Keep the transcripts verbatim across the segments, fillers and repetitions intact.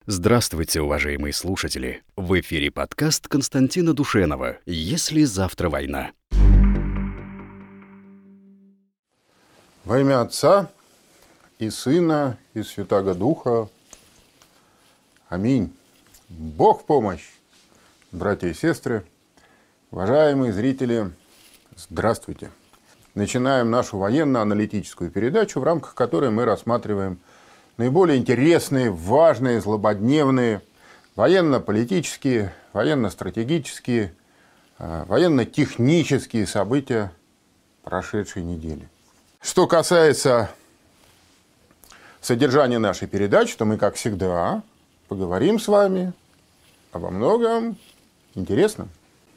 Здравствуйте, уважаемые слушатели! В эфире подкаст Константина Душенова «Если завтра война». Во имя Отца и Сына и Святаго Духа. Аминь. Бог в помощь, братья и сестры, уважаемые зрители, здравствуйте. Начинаем нашу военно-аналитическую передачу, в рамках которой мы рассматриваем наиболее интересные, важные, злободневные, военно-политические, военно-стратегические, военно-технические события прошедшей недели. Что касается содержания нашей передачи, то мы, как всегда, поговорим с вами обо многом интересном.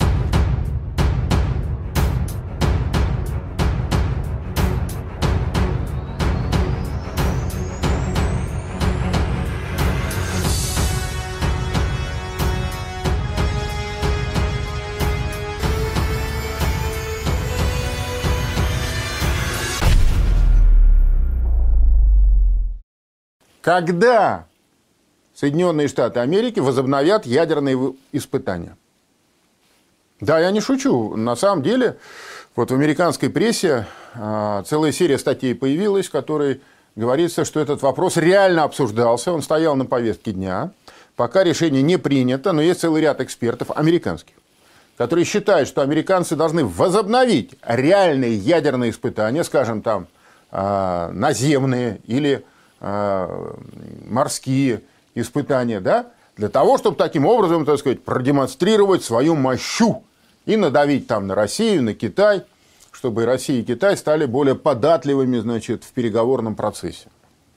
Когда Соединенные Штаты Америки возобновят ядерные испытания? Да, я не шучу. На самом деле, вот в американской прессе целая серия статей появилась, в которой говорится, что этот вопрос реально обсуждался, он стоял на повестке дня. Пока решение не принято, но есть целый ряд экспертов американских, которые считают, что американцы должны возобновить реальные ядерные испытания, скажем, там, наземные или морские испытания, да, для того, чтобы таким образом, так сказать, продемонстрировать свою мощу и надавить там на Россию, на Китай, чтобы Россия и Китай стали более податливыми, значит, в переговорном процессе.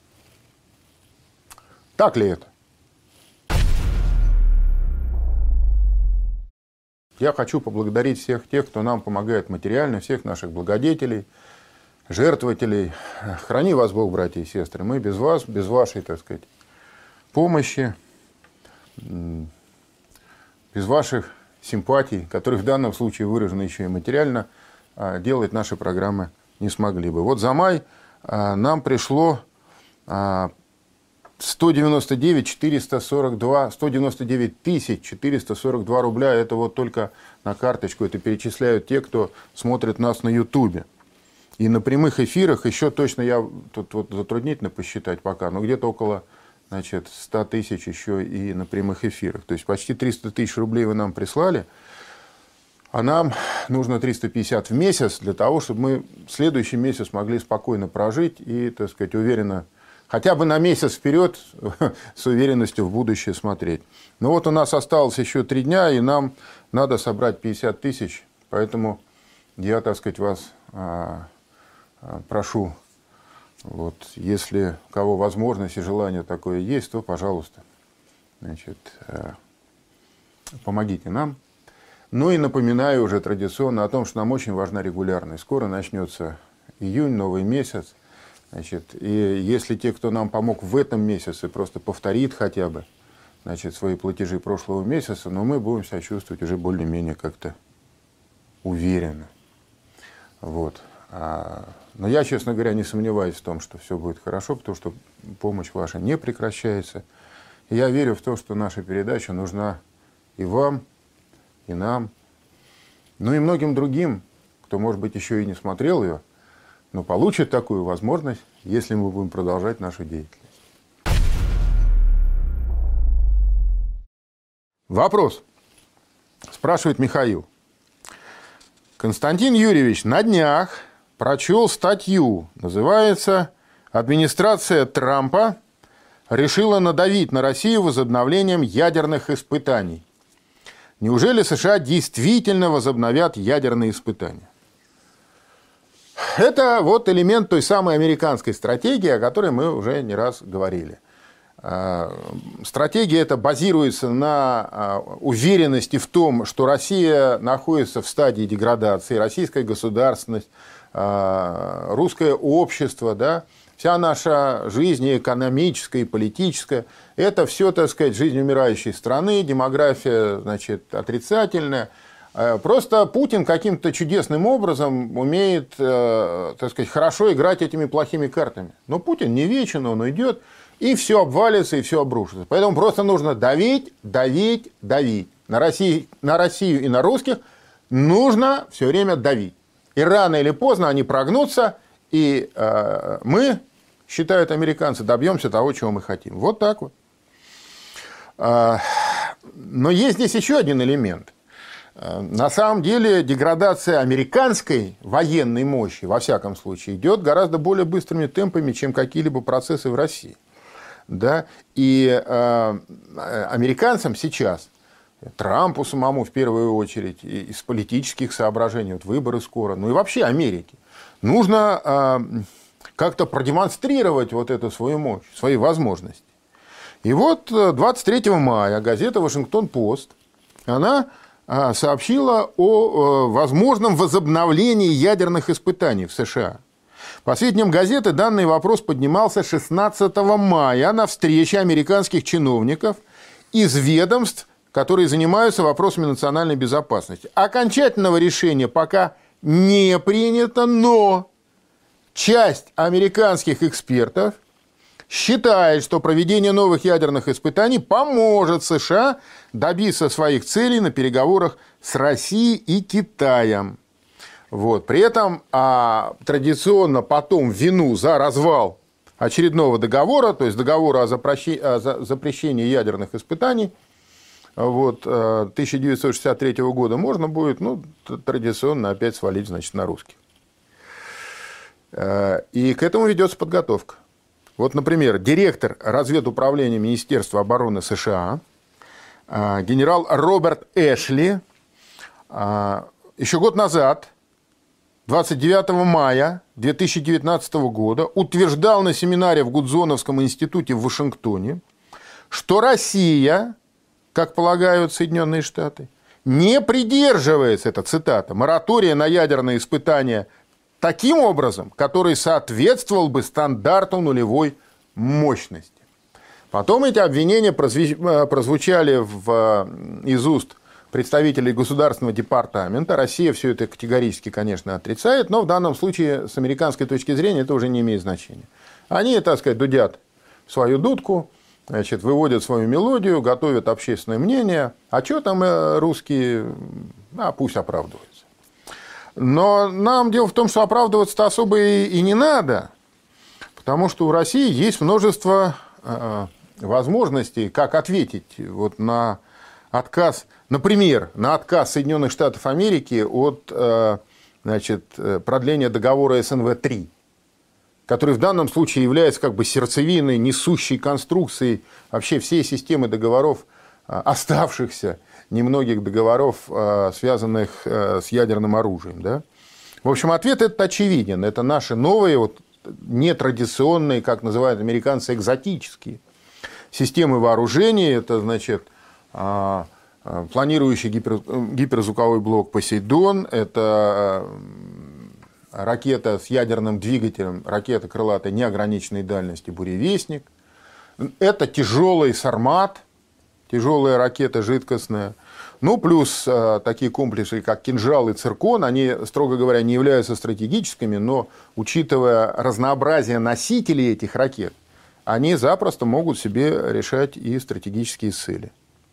Так ли это? Я хочу поблагодарить всех тех, кто нам помогает материально, всех наших благодетелей, жертвователей. Храни вас Бог, братья и сестры. Мы без вас, без вашей, так сказать, помощи, без ваших симпатий, которые в данном случае выражены еще и материально, делать наши программы не смогли бы. Вот за май нам пришло сто девяносто девять тысяч четыреста сорок два рубля. Это вот только на карточку. Это перечисляют те, кто смотрит нас на Ютубе. И на прямых эфирах еще точно, я тут вот затруднительно посчитать пока, но где-то около, значит, ста тысяч еще и на прямых эфирах. То есть почти триста тысяч рублей вы нам прислали, а нам нужно триста пятьдесят в месяц для того, чтобы мы следующий месяц могли спокойно прожить и, так сказать, уверенно, хотя бы на месяц вперед с уверенностью в будущее смотреть. Но вот у нас осталось еще три дня, и нам надо собрать пятьдесят тысяч, поэтому я, так сказать, вас прошу, вот, если у кого возможность и желание такое есть, то, пожалуйста, значит, помогите нам. Ну и напоминаю уже традиционно о том, что нам очень важна регулярность. Скоро начнется июнь, новый месяц. Значит, и если те, кто нам помог в этом месяце, просто повторит хотя бы, значит, свои платежи прошлого месяца, но мы будем себя чувствовать уже более-менее как-то уверенно. Вот. Но я, честно говоря, не сомневаюсь в том, что все будет хорошо, потому что помощь ваша не прекращается. И я верю в то, что наша передача нужна и вам, и нам, ну и многим другим, кто, может быть, еще и не смотрел ее, но получит такую возможность, если мы будем продолжать нашу деятельность. Вопрос. Спрашивает Михаил. Константин Юрьевич, на днях прочел статью, называется «Администрация Трампа решила надавить на Россию возобновлением ядерных испытаний». Неужели США действительно возобновят ядерные испытания? Это вот элемент той самой американской стратегии, о которой мы уже не раз говорили. Стратегия эта базируется на уверенности в том, что Россия находится в стадии деградации, российская государственность, русское общество, да, вся наша жизнь, и экономическая, и политическая, это все, так сказать, жизнь умирающей страны, демография, значит, отрицательная. Просто Путин каким-то чудесным образом умеет, так сказать, хорошо играть этими плохими картами. Но Путин не вечен, он уйдет. и все обвалится, и все обрушится. Поэтому просто нужно давить, давить, давить. На Россию, на Россию и на русских нужно все время давить. И рано или поздно они прогнутся, и э, мы, считают американцы, добьемся того, чего мы хотим. Вот так вот. Э, но есть здесь еще один элемент. Э, на самом деле деградация американской военной мощи, во всяком случае, идет гораздо более быстрыми темпами, чем какие-либо процессы в России. Да? И э, американцам сейчас, Трампу самому в первую очередь, из политических соображений, вот выборы скоро, ну и вообще Америке, нужно э, как-то продемонстрировать вот эту свою мощь, свои возможности. И вот двадцать третьего мая газета «Вашингтон-Пост», она э, сообщила о э, возможном возобновлении ядерных испытаний в США. По сведениям газеты, данный вопрос поднимался шестнадцатого мая на встрече американских чиновников из ведомств, которые занимаются вопросами национальной безопасности. Окончательного решения пока не принято, но часть американских экспертов считает, что проведение новых ядерных испытаний поможет США добиться своих целей на переговорах с Россией и Китаем. Вот. При этом а, традиционно потом вину за развал очередного договора, то есть договора о, запрещи... о запрещении ядерных испытаний, вот, тысяча девятьсот шестьдесят третьего года, можно будет, ну, традиционно опять свалить, значит, на русских. И к этому ведется подготовка. Вот, например, директор разведуправления Министерства обороны США, генерал Роберт Эшли, еще год назад, двадцать девятого мая две тысячи девятнадцатого года, утверждал на семинаре в Гудзоновском институте в Вашингтоне, что Россия, как полагают Соединенные Штаты, не придерживается, это цитата, моратория на ядерные испытания таким образом, который соответствовал бы стандарту нулевой мощности. Потом эти обвинения прозвучали в, из уст представителей Государственного департамента. Россия все это категорически, конечно, отрицает, но в данном случае, с американской точки зрения, это уже не имеет значения. Они, так сказать, дудят в свою дудку, значит, выводят свою мелодию, готовят общественное мнение. А что там русские? А пусть оправдываются. Но нам дело в том, что оправдываться-то особо и, и не надо, потому что у России есть множество э, возможностей, как ответить вот на отказ, например, на отказ Соединенных Штатов Америки от э, значит, продления договора эс эн вэ три, который в данном случае является как бы сердцевиной, несущей конструкцией вообще всей системы договоров, оставшихся немногих договоров, связанных с ядерным оружием. Да? В общем, ответ этот очевиден. Это наши новые, вот, нетрадиционные, как называют американцы, экзотические системы вооружений. Это, значит, планирующий гипер, гиперзвуковой блок «Посейдон», это ракета с ядерным двигателем, ракета крылатой неограниченной дальности «Буревестник». Это тяжелый «Сармат», тяжелая ракета жидкостная. Ну, плюс э, такие комплексы, как «Кинжал» и «Циркон», они, строго говоря, не являются стратегическими, но, учитывая разнообразие носителей этих ракет, они запросто могут себе решать и стратегические цели.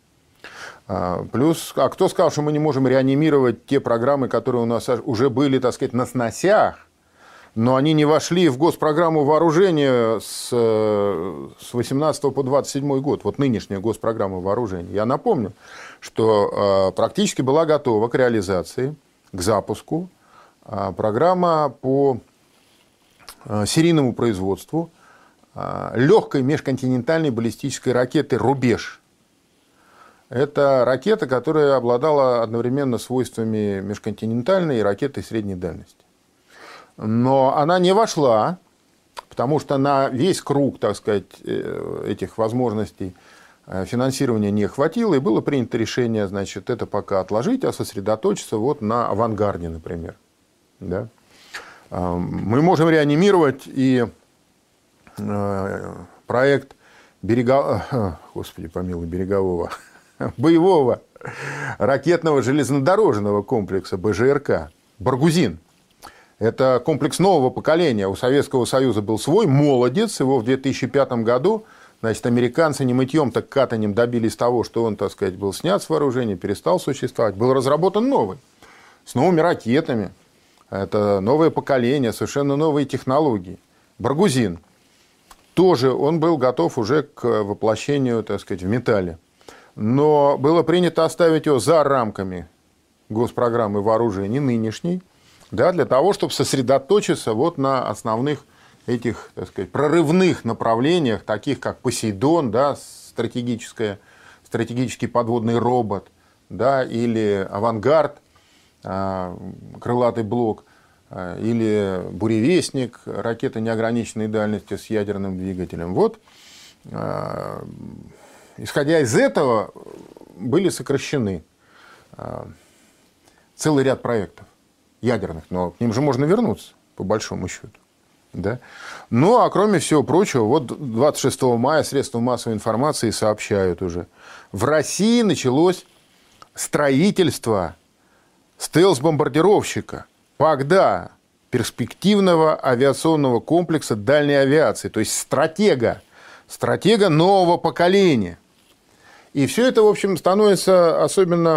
Плюс, а кто сказал, что мы не можем реанимировать те программы, которые у нас уже были, так сказать, на сносях, но они не вошли в госпрограмму вооружения с восемнадцатого по двадцать седьмой год, вот нынешняя госпрограмма вооружения. Я напомню, что практически была готова к реализации, к запуску программа по серийному производству легкой межконтинентальной баллистической ракеты «Рубеж». Это ракета, которая обладала одновременно свойствами межконтинентальной и ракеты средней дальности. Но она не вошла, потому что на весь круг, так сказать, этих возможностей финансирования не хватило, и было принято решение, значит, это пока отложить, а сосредоточиться вот на «Авангарде», например. Да? Мы можем реанимировать и проект берега... Господи, помилуй, берегового... боевого ракетного железнодорожного комплекса бэ жэ эр ка «Баргузин». Это комплекс нового поколения. У Советского Союза был свой, «Молодец». Его в две тысячи пятом году Значит, американцы не мытьем, так катанием добились того, что он, так сказать, был снят с вооружения, перестал существовать. Был разработан новый, с новыми ракетами. Это новое поколение, совершенно новые технологии. Баргузин. Тоже он был готов уже к воплощению, так сказать, в металле. Но было принято оставить его за рамками госпрограммы вооружений нынешней, да, для того, чтобы сосредоточиться вот на основных этих, так сказать, прорывных направлениях, таких как Посейдон, да, стратегическое, стратегический подводный робот, да, или Авангард, крылатый блок, или Буревестник, ракета неограниченной дальности с ядерным двигателем. Вот, исходя из этого, были сокращены целый ряд проектов ядерных, но к ним же можно вернуться, по большому счету. Да? Ну, а кроме всего прочего, вот двадцать шестого мая средства массовой информации сообщают уже. В России началось строительство стелс-бомбардировщика «Пагда», перспективного авиационного комплекса дальней авиации, то есть стратега, стратега нового поколения. И все это, в общем, становится особенно,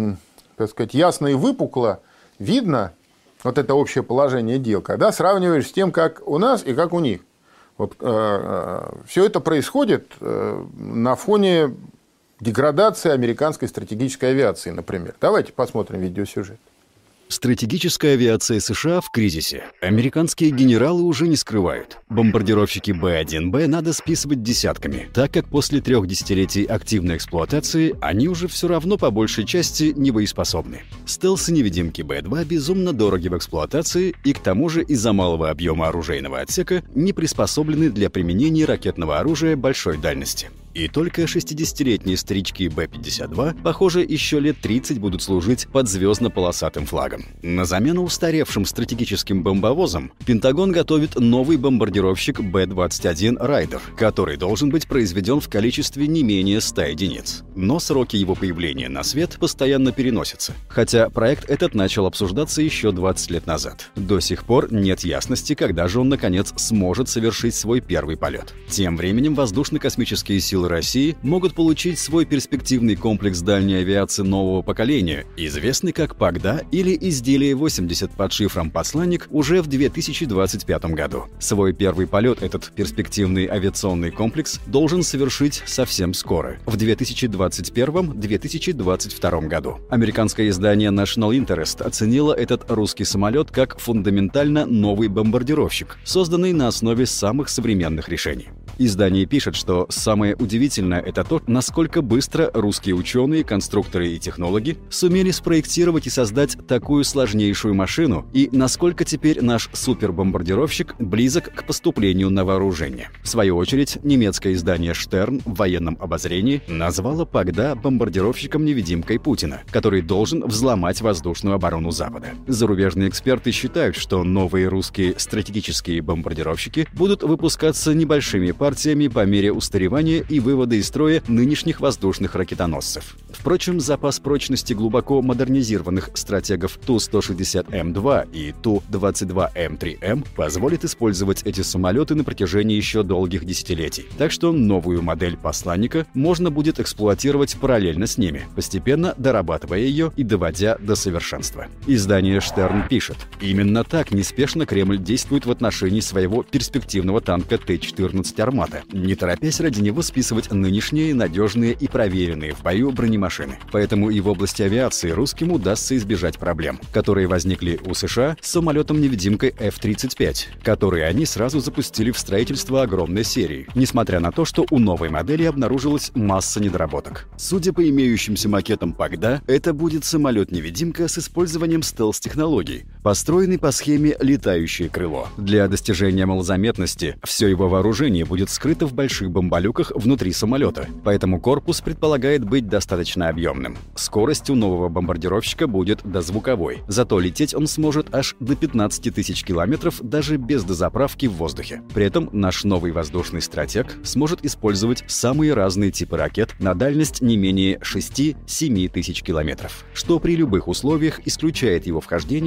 так сказать, ясно и выпукло видно, вот это общее положение дел, когда сравниваешь с тем, как у нас и как у них. Вот, э, э, все это происходит э, на фоне деградации американской стратегической авиации, например. Давайте посмотрим видеосюжет. Стратегическая авиация США в кризисе. Американские генералы уже не скрывают. Бомбардировщики Бэ один Бэ надо списывать десятками, так как после трех десятилетий активной эксплуатации они уже все равно по большей части не боеспособны. Стелсы-невидимки Бэ два безумно дороги в эксплуатации и к тому же из-за малого объема оружейного отсека не приспособлены для применения ракетного оружия большой дальности. И только шестидесятилетние старички Бэ пятьдесят два, похоже, еще лет тридцать будут служить под звездно-полосатым флагом. На замену устаревшим стратегическим бомбовозам Пентагон готовит новый бомбардировщик Бэ двадцать один «Райдер», который должен быть произведен в количестве не менее ста единиц. Но сроки его появления на свет постоянно переносятся. Хотя проект этот начал обсуждаться еще двадцать лет назад. До сих пор нет ясности, когда же он, наконец, сможет совершить свой первый полет. Тем временем воздушно-космические силы России могут получить свой перспективный комплекс дальней авиации нового поколения, известный как «Пагда» или изделие восемьдесят под шифром «Посланник», уже в две тысячи двадцать пятом году. Свой первый полет этот перспективный авиационный комплекс должен совершить совсем скоро, в две тысячи двадцать первом — две тысячи двадцать втором году. Американское издание National Interest оценило этот русский самолет как фундаментально новый бомбардировщик, созданный на основе самых современных решений. Издание пишет, что самое удивительное — это то, насколько быстро русские ученые, конструкторы и технологи сумели спроектировать и создать такую сложнейшую машину, и насколько теперь наш супербомбардировщик близок к поступлению на вооружение. В свою очередь, немецкое издание «Штерн» в военном обозрении назвало «Пагда» бомбардировщиком-невидимкой Путина, который должен взломать воздушную оборону Запада. Зарубежные эксперты считают, что новые русские стратегические бомбардировщики будут выпускаться небольшими партиями партиями по мере устаревания и вывода из строя нынешних воздушных ракетоносцев. Впрочем, запас прочности глубоко модернизированных стратегов Ту сто шестьдесят Эм два и Ту двадцать два Эм три Эм позволит использовать эти самолеты на протяжении еще долгих десятилетий. Так что новую модель «Посланника» можно будет эксплуатировать параллельно с ними, постепенно дорабатывая ее и доводя до совершенства. Издание «Штерн» пишет: именно так неспешно Кремль действует в отношении своего перспективного танка Т четырнадцать «Армата», не торопясь ради него списывать нынешние надежные и проверенные в бою бронемашины. Поэтому и в области авиации русским удастся избежать проблем, которые возникли у США с самолетом-невидимкой Эф тридцать пять, который они сразу запустили в строительство огромной серии, несмотря на то, что у новой модели обнаружилась масса недоработок. Судя по имеющимся макетам «Пагда», это будет самолет-невидимка с использованием стелс-технологий, построенный по схеме «летающее крыло». Для достижения малозаметности все его вооружение будет скрыто в больших бомболюках внутри самолета, поэтому корпус предполагает быть достаточно объемным. Скорость у нового бомбардировщика будет дозвуковой, зато лететь он сможет аж до пятнадцати тысяч километров даже без дозаправки в воздухе. При этом наш новый воздушный стратег сможет использовать самые разные типы ракет на дальность не менее шести-семи тысяч километров, что при любых условиях исключает его вхождение в зону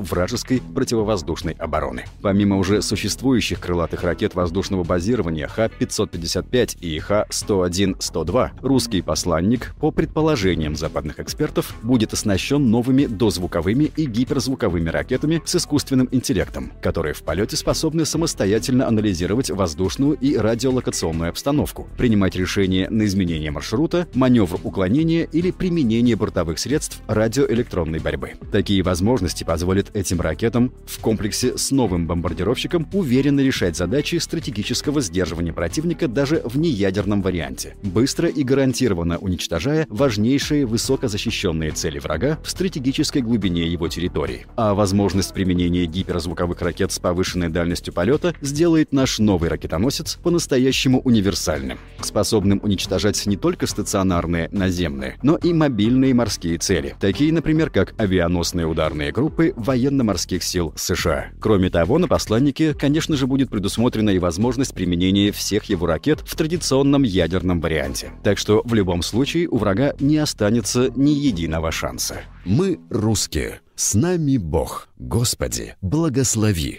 вражеской противовоздушной обороны. Помимо уже существующих крылатых ракет воздушного базирования Х пятьсот пятьдесят пять и Х сто один сто два, русский посланник, по предположениям западных экспертов, будет оснащен новыми дозвуковыми и гиперзвуковыми ракетами с искусственным интеллектом, которые в полете способны самостоятельно анализировать воздушную и радиолокационную обстановку, принимать решения на изменение маршрута, маневр уклонения или применение бортовых средств радиоэлектронной борьбы. Такие возможности позволят этим ракетам в комплексе с новым бомбардировщиком уверенно решать задачи стратегического сдерживания противника даже в неядерном варианте, быстро и гарантированно уничтожая важнейшие высокозащищенные цели врага в стратегической глубине его территории. А возможность применения гиперзвуковых ракет с повышенной дальностью полета сделает наш новый ракетоносец по-настоящему универсальным, способным уничтожать не только стационарные наземные, но и мобильные морские цели, такие, например, как авианосные ударные группы военно-морских сил США. Кроме того, на посланнике, конечно же, будет предусмотрена и возможность применения всех его ракет в традиционном ядерном варианте. Так что в любом случае у врага не останется ни единого шанса. Мы русские. С нами Бог. Господи, благослови.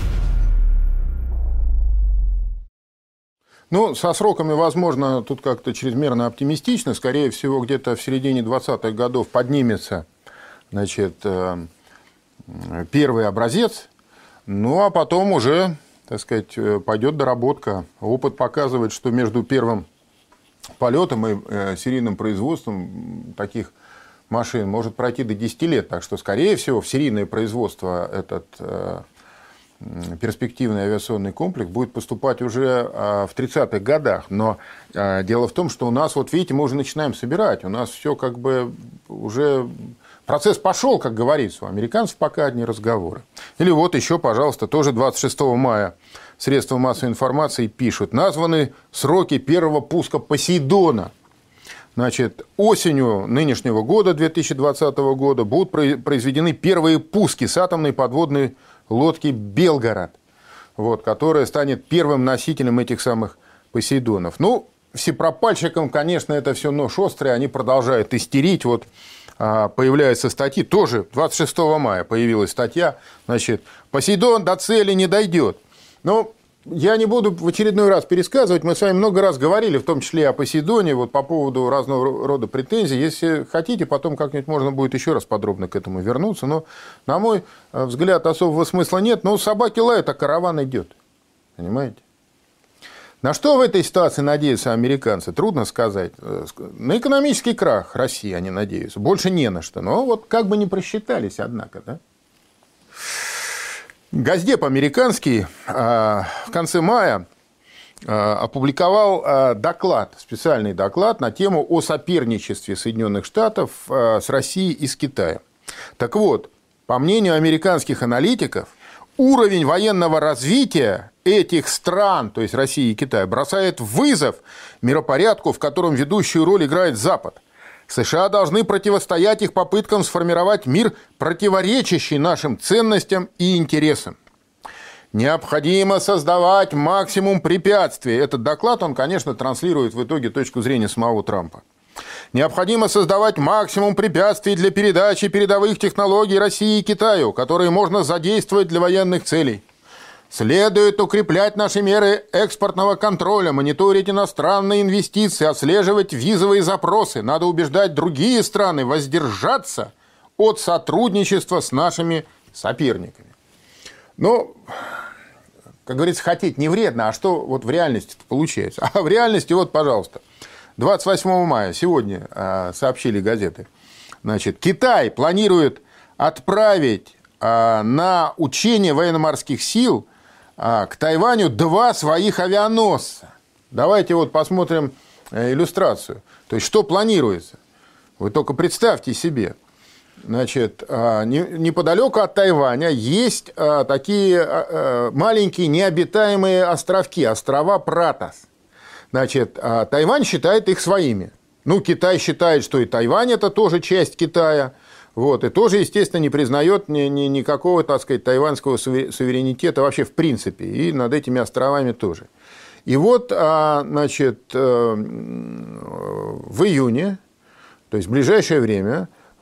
Ну, со сроками, возможно, тут как-то чрезмерно оптимистично. Скорее всего, где-то в середине двадцатых годов поднимется, значит, первый образец. Ну, а потом уже, так сказать, пойдет доработка. Опыт показывает, что между первым полетом и серийным производством таких машин может пройти до десяти лет. Так что, скорее всего, в серийное производство этот перспективный авиационный комплекс будет поступать уже в тридцатых годах. Но дело в том, что у нас, вот видите, мы уже начинаем собирать. У нас все как бы уже... Процесс пошел, как говорится, у американцев пока одни разговоры. Или вот еще, пожалуйста, тоже двадцать шестого мая средства массовой информации пишут. Названы сроки первого пуска Посейдона. Значит, осенью нынешнего года, две тысячи двадцатого года, будут произведены первые пуски с атомной подводной лодки «Белгород», вот, которая станет первым носителем этих самых Посейдонов. Ну, всепропальщикам, конечно, это все нож острый, они продолжают истерить. Вот появляются статьи, тоже двадцать шестого мая появилась статья, значит, «Посейдон до цели не дойдет». Ну, я не буду в очередной раз пересказывать, мы с вами много раз говорили, в том числе о Посейдоне, вот по поводу разного рода претензий. Если хотите, потом как-нибудь можно будет еще раз подробно к этому вернуться. Но, на мой взгляд, особого смысла нет. Но собаки лают, а караван идет. Понимаете? На что в этой ситуации надеются американцы? Трудно сказать. На экономический крах России они надеются. Больше не на что. Но вот как бы не просчитались, однако, да? Госдеп американский в конце мая опубликовал доклад, специальный доклад на тему о соперничестве Соединенных Штатов с Россией и с Китаем. Так вот, по мнению американских аналитиков, уровень военного развития этих стран, то есть России и Китая, бросает вызов миропорядку, в котором ведущую роль играет Запад. США должны противостоять их попыткам сформировать мир, противоречащий нашим ценностям и интересам. Необходимо создавать максимум препятствий. Этот доклад, он, конечно, транслирует в итоге точку зрения самого Трампа. Необходимо создавать максимум препятствий для передачи передовых технологий России и Китаю, которые можно задействовать для военных целей. Следует укреплять наши меры экспортного контроля, мониторить иностранные инвестиции, отслеживать визовые запросы. Надо убеждать другие страны воздержаться от сотрудничества с нашими соперниками. Ну, как говорится, хотеть не вредно, а что вот в реальности получается? А в реальности, вот, пожалуйста, двадцать восьмого мая, сегодня сообщили газеты, значит, Китай планирует отправить на учения военно-морских сил к Тайваню два своих авианосца. Давайте вот посмотрим иллюстрацию. То есть, что планируется? Вы только представьте себе. Значит, неподалеку от Тайваня есть такие маленькие необитаемые островки, острова Пратас. Значит, Тайвань считает их своими. Ну, Китай считает, что и Тайвань – это тоже часть Китая. Вот, и тоже, естественно, не признает ни, ни, никакого, так сказать, тайваньского суверенитета вообще в принципе, и над этими островами тоже. И вот, значит, в июне, то есть в ближайшее время,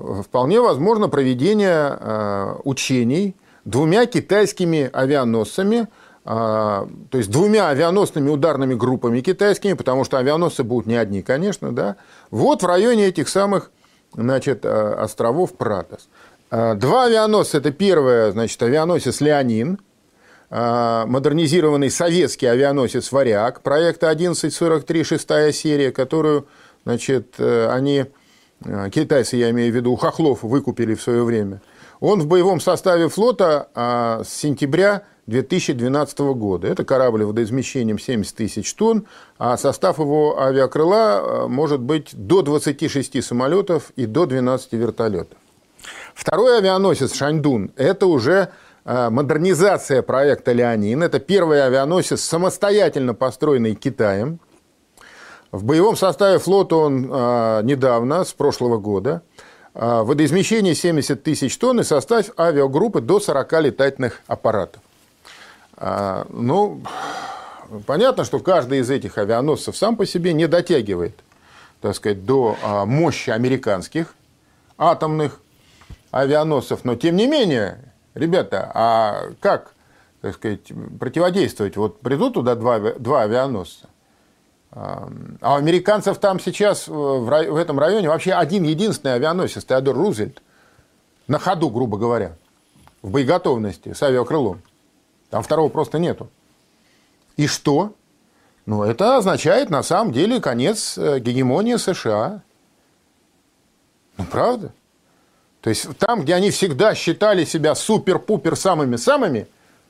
вполне возможно проведение э, учений двумя китайскими авианосцами, э, то есть двумя авианосными ударными группами китайскими, потому что авианосцы будут не одни, конечно, да, вот в районе этих самых, значит, э, островов Пратос. Э, два авианосца, это первое, значит, авианосец «Леонин», э, модернизированный советский авианосец «Варяг», проекта одиннадцать сорок три, шестая серия, которую, значит, э, они... китайцы, я имею в виду, у хохлов выкупили в свое время, он в боевом составе флота а, с сентября две тысячи двенадцатого года. Это корабль водоизмещением семьдесят тысяч тонн, а состав его авиакрыла может быть до двадцати шести самолетов и до двенадцати вертолетов. Второй авианосец «Шаньдун» – это уже а, модернизация проекта «Леонин». Это первый авианосец, самостоятельно построенный Китаем. В боевом составе флота он а, недавно, с прошлого года. А, водоизмещение семьдесят тысяч тонн и состав авиагруппы до сорока летательных аппаратов. А, ну, понятно, что каждый из этих авианосцев сам по себе не дотягивает, так сказать, до а, мощи американских атомных авианосцев. Но, тем не менее, ребята, а как, так сказать, противодействовать? Вот придут туда два, два авианосца. А у американцев там сейчас, в этом районе, вообще один единственный авианосец Теодор Рузвельт, на ходу, грубо говоря, в боеготовности с авиакрылом. Там второго просто нету. И что? Ну, это означает, на самом деле, конец гегемонии США. Ну, правда? То есть, там, где они всегда считали себя супер-пупер самыми-самыми,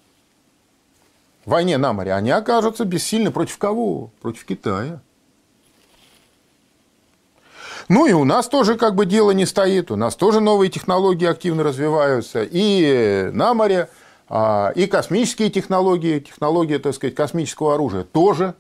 в войне на море, они окажутся бессильны против кого? Против Китая. Ну и у нас тоже как бы дело не стоит. У нас тоже новые технологии активно развиваются. И на море, и космические технологии, технологии, так сказать, космического оружия тоже.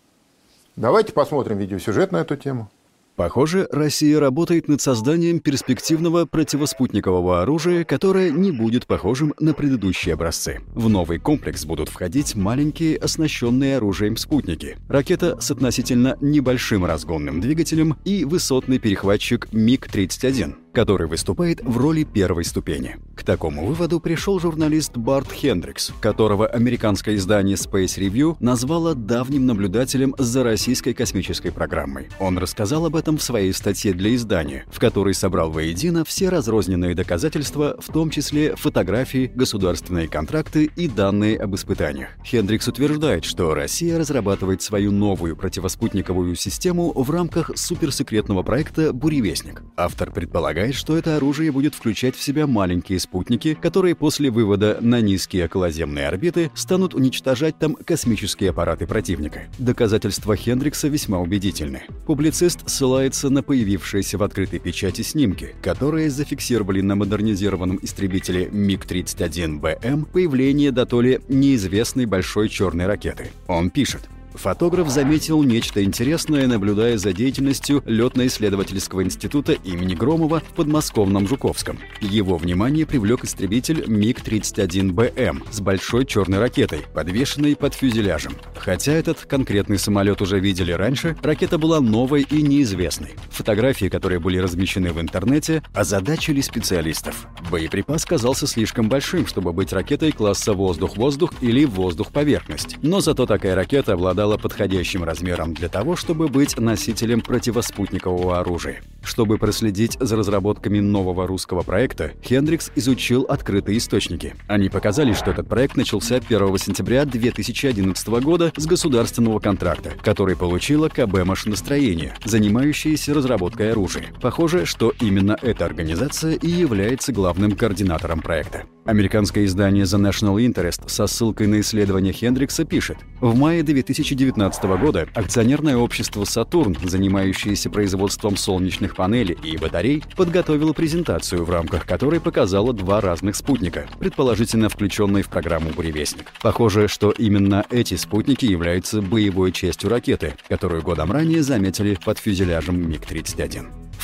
Давайте посмотрим видеосюжет на эту тему. Похоже, Россия работает над созданием перспективного противоспутникового оружия, которое не будет похожим на предыдущие образцы. В новый комплекс будут входить маленькие, оснащенные оружием спутники, ракета с относительно небольшим разгонным двигателем и высотный перехватчик миг тридцать один, который выступает в роли первой ступени. К такому выводу пришел журналист Барт Хендрикс, которого американское издание Space Review назвало давним наблюдателем за российской космической программой. Он рассказал об этом в своей статье для издания, в которой собрал воедино все разрозненные доказательства, в том числе фотографии, государственные контракты и данные об испытаниях. Хендрикс утверждает, что Россия разрабатывает свою новую противоспутниковую систему в рамках суперсекретного проекта «Буревестник». Автор предполагает, что это оружие будет включать в себя маленькие спутники, которые после вывода на низкие околоземные орбиты станут уничтожать там космические аппараты противника. Доказательства Хендрикса весьма убедительны. Публицист ссылается на появившиеся в открытой печати снимки, которые зафиксировали на модернизированном истребителе миг тридцать один бэ эм появление до то ли неизвестной большой черной ракеты. Он пишет: фотограф заметил нечто интересное, наблюдая за деятельностью летно-исследовательского института имени Громова в подмосковном Жуковском. Его внимание привлек истребитель миг тридцать один бэ эм с большой черной ракетой, подвешенной под фюзеляжем. Хотя этот конкретный самолет уже видели раньше, ракета была новой и неизвестной. Фотографии, которые были размещены в интернете, озадачили специалистов. Боеприпас казался слишком большим, чтобы быть ракетой класса воздух-воздух или воздух-поверхность. Но зато такая ракета обладала подходящим размером для того, чтобы быть носителем противоспутникового оружия. Чтобы проследить за разработками нового русского проекта, Хендрикс изучил открытые источники. Они показали, что этот проект начался первого сентября две тысячи одиннадцатого года с государственного контракта, который получила ка бэ машиностроение, занимающаяся разработкой оружия. Похоже, что именно эта организация и является главным координатором проекта. Американское издание The National Interest со ссылкой на исследование Хендрикса пишет: в мае две тысячи девятнадцатого года акционерное общество «Сатурн», занимающееся производством солнечных панелей и батарей, подготовило презентацию, в рамках которой показало два разных спутника, предположительно включенные в программу «Буревестник». Похоже, что именно эти спутники являются боевой частью ракеты, которую годом ранее заметили под фюзеляжем миг тридцать один. В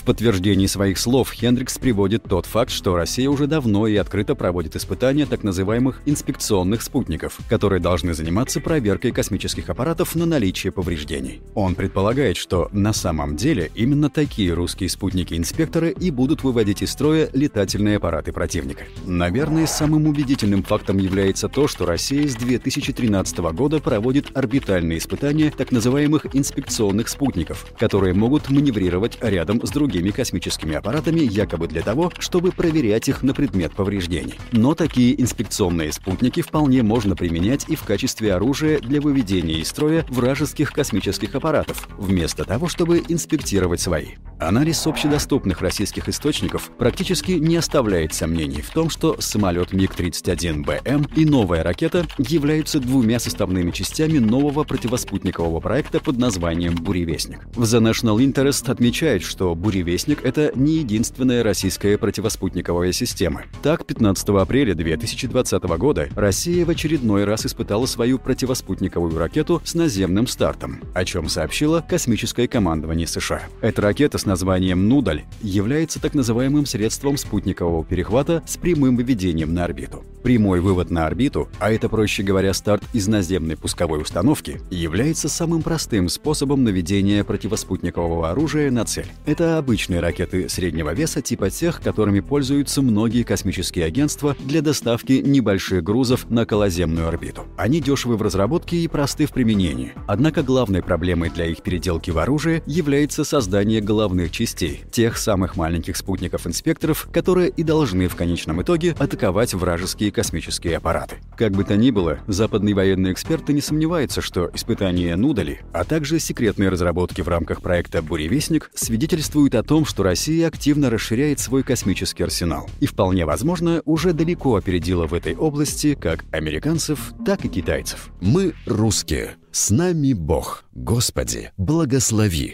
подтверждении своих слов Хендрикс приводит тот факт, что Россия уже давно и открыто проводит испытания так называемых инспекционных спутников, которые должны заниматься проверкой космических аппаратов на наличие повреждений. Он предполагает, что на самом деле именно такие русские спутники-инспекторы и будут выводить из строя летательные аппараты противника. Наверное, самым убедительным фактом является то, что Россия с две тысячи тринадцатого года проводит орбитальные испытания так называемых инспекционных спутников, которые могут маневрировать рядом с другими космическими аппаратами якобы для того, чтобы проверять их на предмет повреждений. Но такие инспекционные спутники вполне можно применять и в качестве оружия для выведения из строя вражеских космических аппаратов, вместо того, чтобы инспектировать свои. Анализ общедоступных российских источников практически не оставляет сомнений в том, что самолет МиГ тридцать один Бэ Эм и новая ракета являются двумя составными частями нового противоспутникового проекта под названием «Буревестник». В The National Interest отмечает, что «Буревестник» — это не единственная российская противоспутниковая система. Так, пятнадцатого апреля две тысячи двадцатого года Россия в очередной раз испытала свою противоспутниковую ракету с наземным стартом, о чем сообщило космическое командование США. Эта ракета с названием «Нудаль» является так называемым средством спутникового перехвата с прямым выведением на орбиту. Прямой вывод на орбиту, а это, проще говоря, старт из наземной пусковой установки, является самым простым способом наведения противоспутникового оружия на цель. Это обычные ракеты среднего веса типа тех, которыми пользуются многие космические агентства для доставки небольших грузов на околоземную орбиту. Они дешевы в разработке и просты в применении. Однако главной проблемой для их переделки в оружие является создание головных частей, тех самых маленьких спутников-инспекторов, которые и должны в конечном итоге атаковать вражеские космические аппараты. Как бы то ни было, западные военные эксперты не сомневаются, что испытания Нудали, а также секретные разработки в рамках проекта «Буревестник» свидетельствуют о том, что Россия активно расширяет свой космический арсенал и, вполне возможно, уже далеко опередила в этой области как американцев, так и китайцев. Мы русские. С нами Бог. Господи, благослови.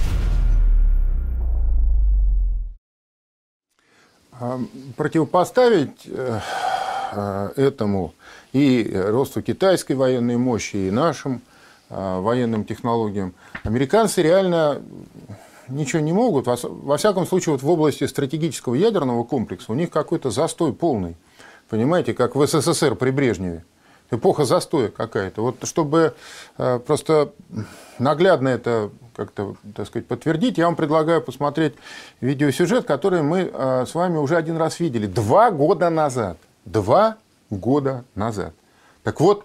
Противопоставить этому и росту китайской военной мощи, и нашим военным технологиям американцы реально ничего не могут. Во всяком случае, вот в области стратегического ядерного комплекса у них какой-то застой полный. Понимаете, как в Эс Эс Эс Эр при Брежневе. Эпоха застоя какая-то. Вот чтобы просто наглядно это как-то, так сказать, подтвердить, я вам предлагаю посмотреть видеосюжет, который мы с вами уже один раз видели. Два года назад. Два года назад. Так вот,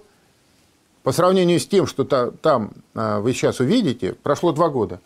по сравнению с тем, что там вы сейчас увидите, прошло два года.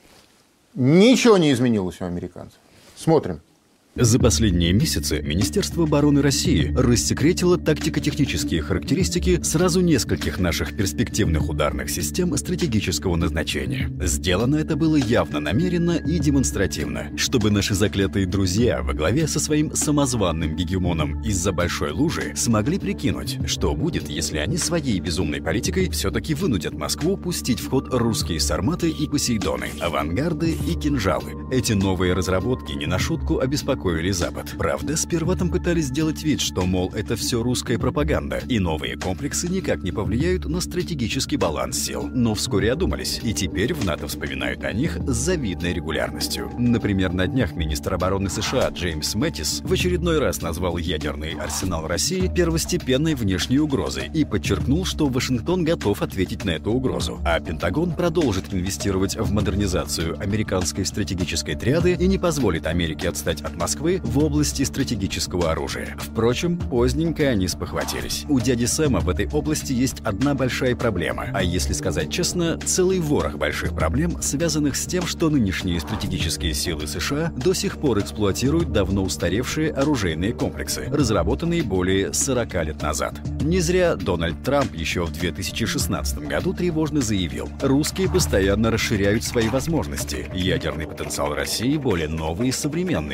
Ничего не изменилось у американцев. Смотрим. За последние месяцы Министерство обороны России рассекретило тактико-технические характеристики сразу нескольких наших перспективных ударных систем стратегического назначения. Сделано это было явно намеренно и демонстративно, чтобы наши заклятые друзья во главе со своим самозванным гегемоном из-за большой лужи смогли прикинуть, что будет, если они своей безумной политикой все-таки вынудят Москву пустить в ход русские сарматы и посейдоны, авангарды и кинжалы. Эти новые разработки не на шутку обеспокоили Запад. Правда, сперва там пытались сделать вид, что, мол, это все русская пропаганда, и новые комплексы никак не повлияют на стратегический баланс сил. Но вскоре одумались, и теперь в НАТО вспоминают о них с завидной регулярностью. Например, на днях министр обороны США Джеймс Мэттис в очередной раз назвал ядерный арсенал России первостепенной внешней угрозой и подчеркнул, что Вашингтон готов ответить на эту угрозу, а Пентагон продолжит инвестировать в модернизацию американской стратегической триады и не позволит Америке отстать от Москвы в области стратегического оружия. Впрочем, поздненько они спохватились. У дяди Сэма в этой области есть одна большая проблема, а если сказать честно, целый ворох больших проблем, связанных с тем, что нынешние стратегические силы США до сих пор эксплуатируют давно устаревшие оружейные комплексы, разработанные более сорока лет назад. Не зря Дональд Трамп еще в две тысячи шестнадцатом году тревожно заявил: русские постоянно расширяют свои возможности. Ядерный потенциал России более новый и современный, чем наш.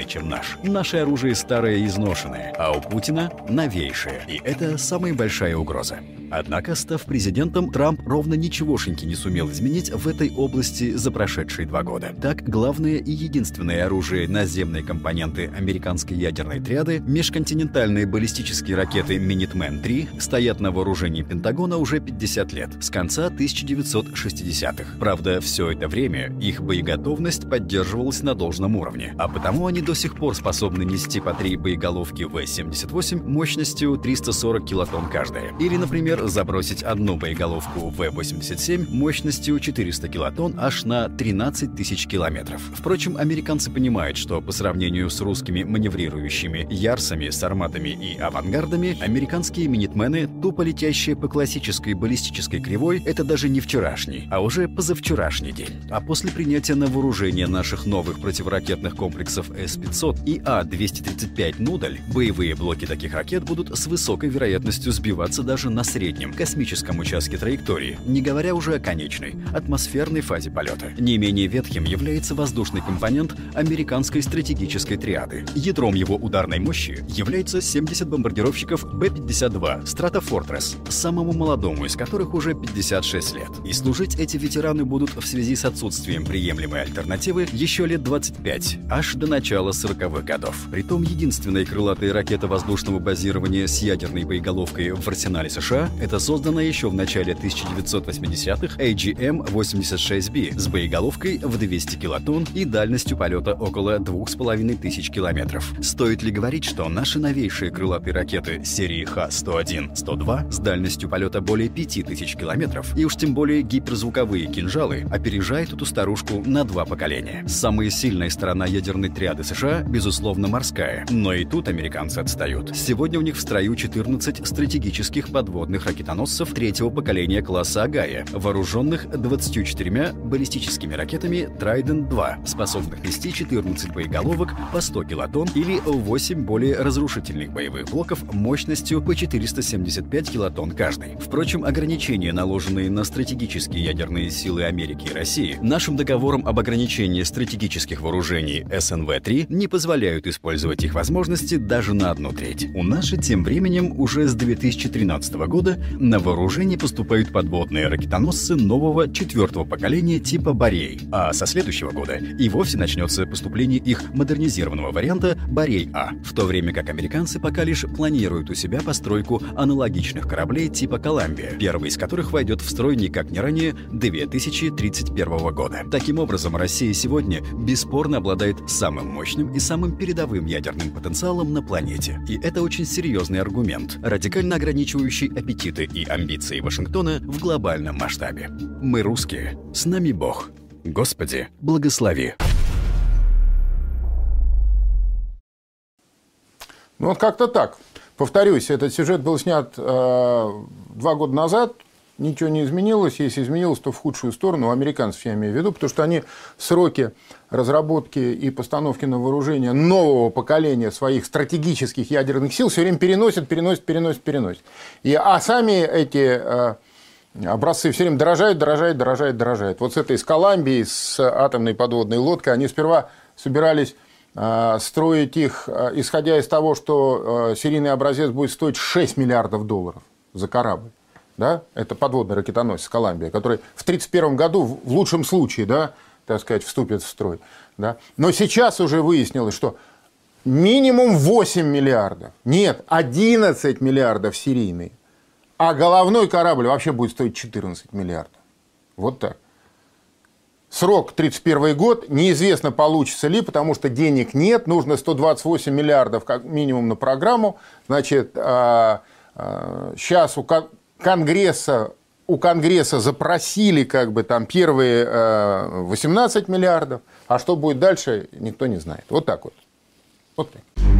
ложь. Наше оружие старое и изношенное, а у Путина новейшее. И это самая большая угроза. Однако, став президентом, Трамп ровно ничегошеньки не сумел изменить в этой области за прошедшие два года. Так, главное и единственное оружие наземные компоненты американской ядерной триады, межконтинентальные баллистические ракеты Минитмен три, стоят на вооружении Пентагона уже пятьдесят лет, с конца тысяча девятьсот шестидесятых. Правда, все это время их боеготовность поддерживалась на должном уровне, а потому они до сих пор способны нести по три боеголовки вэ семьдесят восемь мощностью триста сорок килотонн каждая. Или, например, забросить одну боеголовку вэ восемьдесят семь мощностью четыреста килотонн аж на тринадцать тысяч километров. Впрочем, американцы понимают, что по сравнению с русскими маневрирующими Ярсами, Сарматами и Авангардами, американские Минитмены, тупо летящие по классической баллистической кривой, это даже не вчерашний, а уже позавчерашний день. А после принятия на вооружение наших новых противоракетных комплексов эс пятьсот и а двести тридцать пять «Нудаль», боевые блоки таких ракет будут с высокой вероятностью сбиваться даже на среднем космическом участке траектории, не говоря уже о конечной, атмосферной фазе полета. Не менее ветхим является воздушный компонент американской стратегической триады. Ядром его ударной мощи является семьдесят бомбардировщиков бэ пятьдесят два Stratofortress, самому молодому из которых уже пятьдесят шесть лет. И служить эти ветераны будут в связи с отсутствием приемлемой альтернативы еще лет двадцать пять, аж до начала сороковых годов. Притом единственная крылатая ракета воздушного базирования с ядерной боеголовкой в арсенале США — это созданная еще в начале тысяча девятьсот восьмидесятых эй джи эм восемьдесят шесть би с боеголовкой в двести килотонн и дальностью полета около двух с половиной тысяч километров. Стоит ли говорить, что наши новейшие крылатые ракеты серии ха сто один сто два с дальностью полета более пяти тысяч километров и уж тем более гиперзвуковые кинжалы опережают эту старушку на два поколения. Самая сильная сторона ядерной триады США, безусловно, морская, но и тут американцы отстают. Сегодня у них в строю четырнадцать стратегических подводных ракетоносцев третьего поколения класса Агая, вооруженных двадцатью четырьмя баллистическими ракетами Трайдент два, способных нести четырнадцать боеголовок по сто килотонн или восемь более разрушительных боевых блоков мощностью по четыреста семьдесят пять килотонн каждый. Впрочем, ограничения, наложенные на стратегические ядерные силы Америки и России, нашим договором об ограничении стратегических вооружений эс эн вэ три не позволяют использовать их возможности даже на одну треть. У нас же тем временем уже с две тысячи тринадцатого года на вооружение поступают подводные ракетоносцы нового четвертого поколения типа «Борей», а со следующего года и вовсе начнется поступление их модернизированного варианта «Борей-А», в то время как американцы пока лишь планируют у себя постройку аналогичных кораблей типа «Коламбия», первый из которых войдет в строй никак не ранее две тысячи тридцать первого года. Таким образом, Россия сегодня бесспорно обладает самым мощным и самым передовым ядерным потенциалом на планете. И это очень серьезный аргумент, радикально ограничивающий аппетиты и амбиции Вашингтона в глобальном масштабе. Мы русские, с нами Бог. Господи, благослови. Ну вот как-то так. Повторюсь, этот сюжет был снят э, два года назад. Ничего не изменилось. Если изменилось, то в худшую сторону. У американцев я имею в виду, потому что они сроки разработки и постановки на вооружение нового поколения своих стратегических ядерных сил все время переносят, переносят, переносят, переносят. И, а сами эти э, образцы все время дорожают, дорожают, дорожают, дорожают. Вот с этой, с Коламбией, с атомной подводной лодкой, они сперва собирались э, строить их, э, исходя из того, что э, серийный образец будет стоить шесть миллиардов долларов за корабль. Да? Это подводный ракетоносец «Коламбия», который в тридцать первом году, в лучшем случае, да, так сказать, вступит в строй. Да? Но сейчас уже выяснилось, что минимум восемь миллиардов, нет, одиннадцать миллиардов серийный, а головной корабль вообще будет стоить четырнадцать миллиардов. Вот так. Срок тридцать первый год, неизвестно, получится ли, потому что денег нет, нужно сто двадцать восемь миллиардов как минимум на программу. Значит, сейчас у Конгресса, у Конгресса запросили как бы там первые восемнадцать миллиардов, а что будет дальше, никто не знает. Вот так вот. Вот так.